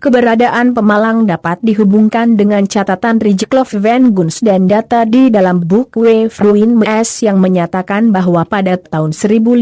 Keberadaan Pemalang dapat dihubungkan dengan catatan Rijkloof van Guns dan data di dalam buku Fruin Mes yang menyatakan bahwa pada tahun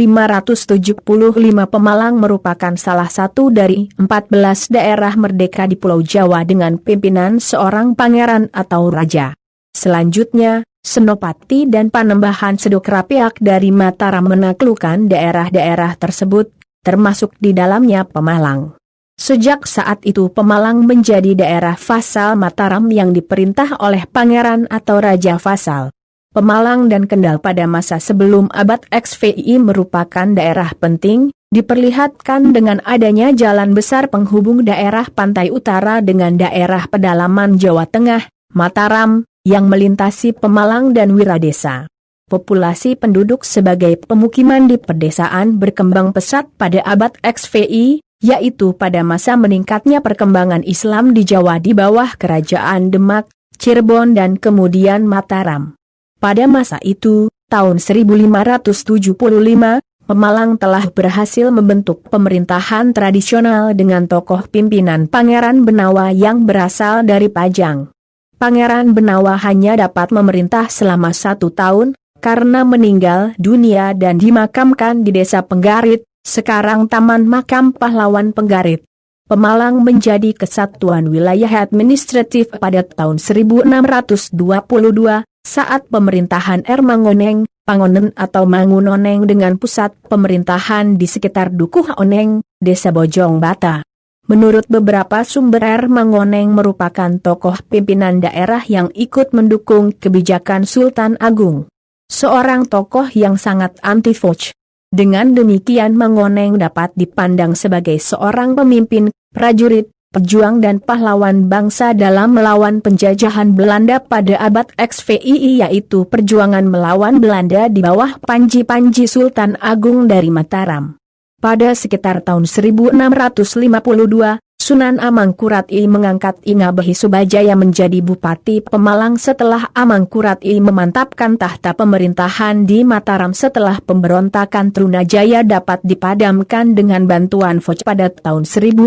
1575 Pemalang merupakan salah satu dari 14 daerah merdeka di Pulau Jawa dengan pimpinan seorang pangeran atau raja. Selanjutnya, Senopati dan Panembahan Sedokrapiak dari Mataram menaklukkan daerah-daerah tersebut, termasuk di dalamnya Pemalang. Sejak saat itu Pemalang menjadi daerah vasal Mataram yang diperintah oleh pangeran atau raja vasal. Pemalang dan Kendal pada masa sebelum abad XVI merupakan daerah penting, diperlihatkan dengan adanya jalan besar penghubung daerah pantai utara dengan daerah pedalaman Jawa Tengah, Mataram, yang melintasi Pemalang dan Wiradesa. Populasi penduduk sebagai pemukiman di pedesaan berkembang pesat pada abad XVI, yaitu pada masa meningkatnya perkembangan Islam di Jawa di bawah kerajaan Demak, Cirebon dan kemudian Mataram. Pada masa itu, tahun 1575, Pemalang telah berhasil membentuk pemerintahan tradisional dengan tokoh pimpinan Pangeran Benawa yang berasal dari Pajang. Pangeran Benawa hanya dapat memerintah selama 1 tahun, karena meninggal dunia dan dimakamkan di Desa Penggarit, sekarang Taman Makam Pahlawan Penggarit. Pemalang menjadi kesatuan wilayah administratif pada tahun 1622, saat pemerintahan Mangoneng, Pangonen atau Mangunoneng dengan pusat pemerintahan di sekitar Dukuh Oneng, Desa Bojong Bata. Menurut beberapa sumber Mangoneng merupakan tokoh pimpinan daerah yang ikut mendukung kebijakan Sultan Agung. Seorang tokoh yang sangat anti-Foch. Dengan demikian Mangoneng dapat dipandang sebagai seorang pemimpin, prajurit, pejuang dan pahlawan bangsa dalam melawan penjajahan Belanda pada abad XVI, yaitu perjuangan melawan Belanda di bawah Panji Sultan Agung dari Mataram. Pada sekitar tahun 1652, Sunan Amangkurat I mengangkat I Ngabehi Subajaya menjadi Bupati Pemalang setelah Amangkurat I memantapkan tahta pemerintahan di Mataram setelah pemberontakan Trunajaya dapat dipadamkan dengan bantuan Foch pada tahun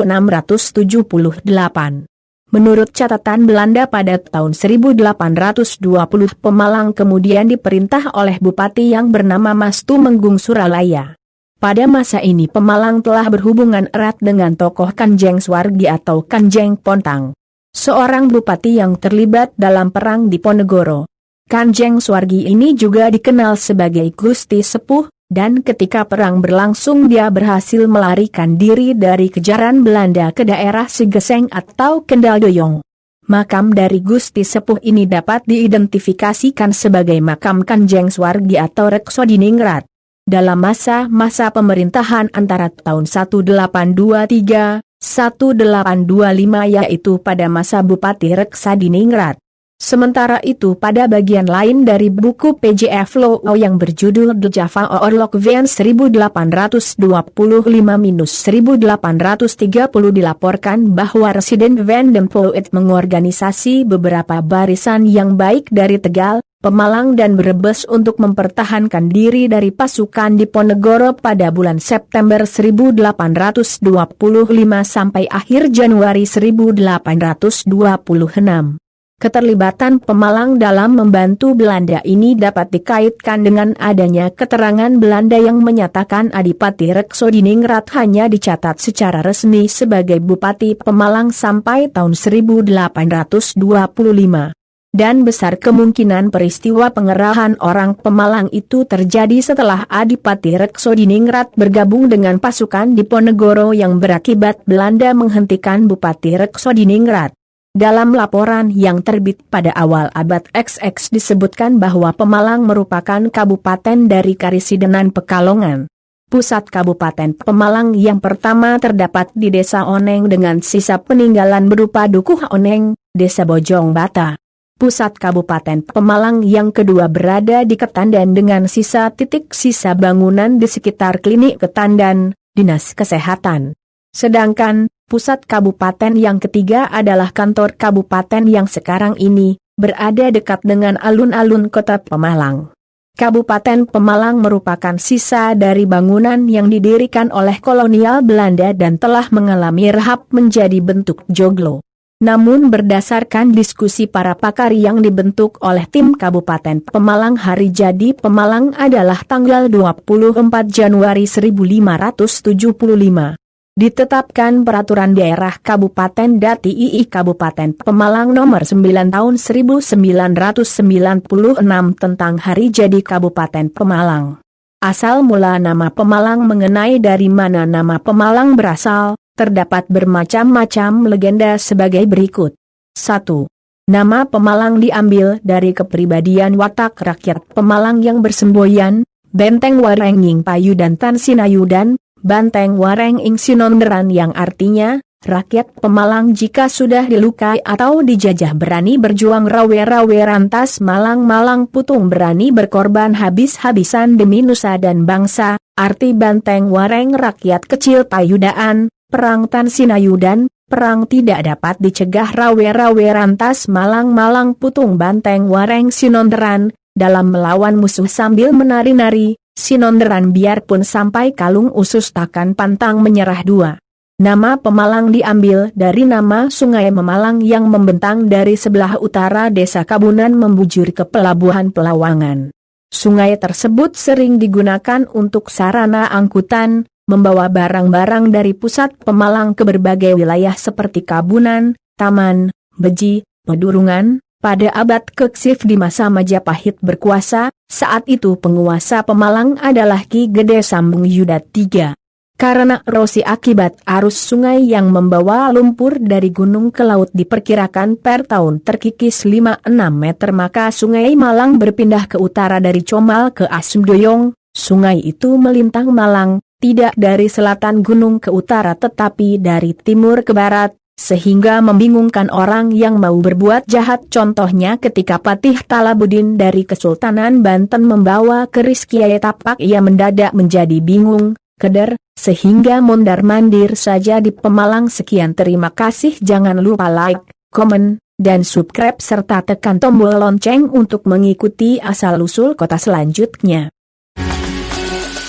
1678. Menurut catatan Belanda pada tahun 1820 Pemalang kemudian diperintah oleh Bupati yang bernama Mas Tumenggung Suralaya. Pada masa ini Pemalang telah berhubungan erat dengan tokoh Kanjeng Swargi atau Kanjeng Pontang, seorang bupati yang terlibat dalam perang di Ponegoro. Kanjeng Swargi ini juga dikenal sebagai Gusti Sepuh, dan ketika perang berlangsung dia berhasil melarikan diri dari kejaran Belanda ke daerah Segeseng atau Kendal Doyong. Makam dari Gusti Sepuh ini dapat diidentifikasikan sebagai makam Kanjeng Swargi atau Rekso Diningrat. Dalam masa pemerintahan antara tahun 1823, 1825 yaitu pada masa Bupati Reksa Diningrat. Sementara itu pada bagian lain dari buku PJF Low yang berjudul The Java Orlok Van 1835-1830 dilaporkan bahwa Residen Van den Poet mengorganisasi beberapa barisan yang baik dari Tegal, Pemalang dan Brebes untuk mempertahankan diri dari pasukan di Ponegoro pada bulan September 1825 sampai akhir Januari 1826. Keterlibatan Pemalang dalam membantu Belanda ini dapat dikaitkan dengan adanya keterangan Belanda yang menyatakan Adipati Rekso Diningrat hanya dicatat secara resmi sebagai Bupati Pemalang sampai tahun 1825. Dan besar kemungkinan peristiwa pengerahan orang Pemalang itu terjadi setelah Adipati Rekso Diningrat bergabung dengan pasukan di Ponegoro yang berakibat Belanda menghentikan Bupati Rekso Diningrat. Dalam laporan yang terbit pada awal abad XX disebutkan bahwa Pemalang merupakan kabupaten dari Karisidenan Pekalongan. Pusat Kabupaten Pemalang yang pertama terdapat di Desa Oneng dengan sisa peninggalan berupa Dukuh Oneng, Desa Bojong Bata. Pusat Kabupaten Pemalang yang kedua berada di Ketandan dengan sisa bangunan di sekitar Klinik Ketandan, Dinas Kesehatan. Sedangkan, pusat kabupaten yang ketiga adalah kantor kabupaten yang sekarang ini berada dekat dengan alun-alun kota Pemalang. Kabupaten Pemalang merupakan sisa dari bangunan yang didirikan oleh kolonial Belanda dan telah mengalami rehab menjadi bentuk joglo. Namun berdasarkan diskusi para pakar yang dibentuk oleh tim Kabupaten Pemalang, hari jadi Pemalang adalah tanggal 24 Januari 1575. Ditetapkan Peraturan Daerah Kabupaten Dati II Kabupaten Pemalang Nomor 9 Tahun 1996 tentang Hari Jadi Kabupaten Pemalang. Asal mula nama Pemalang, mengenai dari mana nama Pemalang berasal, terdapat bermacam-macam legenda sebagai berikut. 1. Nama Pemalang diambil dari kepribadian watak rakyat Pemalang yang bersemboyan, Benteng Warenging Payu dan Tan Sinayudan, Banteng Warenging Sinonderan, yang artinya, rakyat Pemalang jika sudah dilukai atau dijajah berani berjuang rawe-rawe rantas malang-malang putung, berani berkorban habis-habisan demi nusa dan bangsa. Arti Banteng Wareng rakyat kecil Payudaan, perang Tan Sinayudan, perang tidak dapat dicegah rawe-rawe rantas malang-malang putung Banteng Wareng Sinonderan, dalam melawan musuh sambil menari-nari. Sinonderan biarpun sampai kalung usus takkan pantang menyerah. 2. Nama Pemalang diambil dari nama Sungai Memalang yang membentang dari sebelah utara desa Kabunan membujur ke pelabuhan Pelawangan. Sungai tersebut sering digunakan untuk sarana angkutan, membawa barang-barang dari pusat Pemalang ke berbagai wilayah seperti Kabunan, Taman, Beji, Pedurungan. Pada abad ke-10 di masa Majapahit berkuasa, saat itu penguasa Pemalang adalah Ki Gede Sambung Yuda III. Karena erosi akibat arus sungai yang membawa lumpur dari gunung ke laut diperkirakan per tahun terkikis 5-6 meter, maka Sungai Malang berpindah ke utara dari Comal ke Asumdoyong. Sungai itu melintang Malang, tidak dari selatan gunung ke utara tetapi dari timur ke barat, sehingga membingungkan orang yang mau berbuat jahat. Contohnya ketika Patih Talabudin dari Kesultanan Banten membawa keris Kiai Tapak, ia mendadak menjadi bingung, keder, sehingga mondar-mandir saja di Pemalang. Sekian, terima kasih. Jangan lupa like, komen, dan subscribe serta tekan tombol lonceng untuk mengikuti asal-usul kota selanjutnya.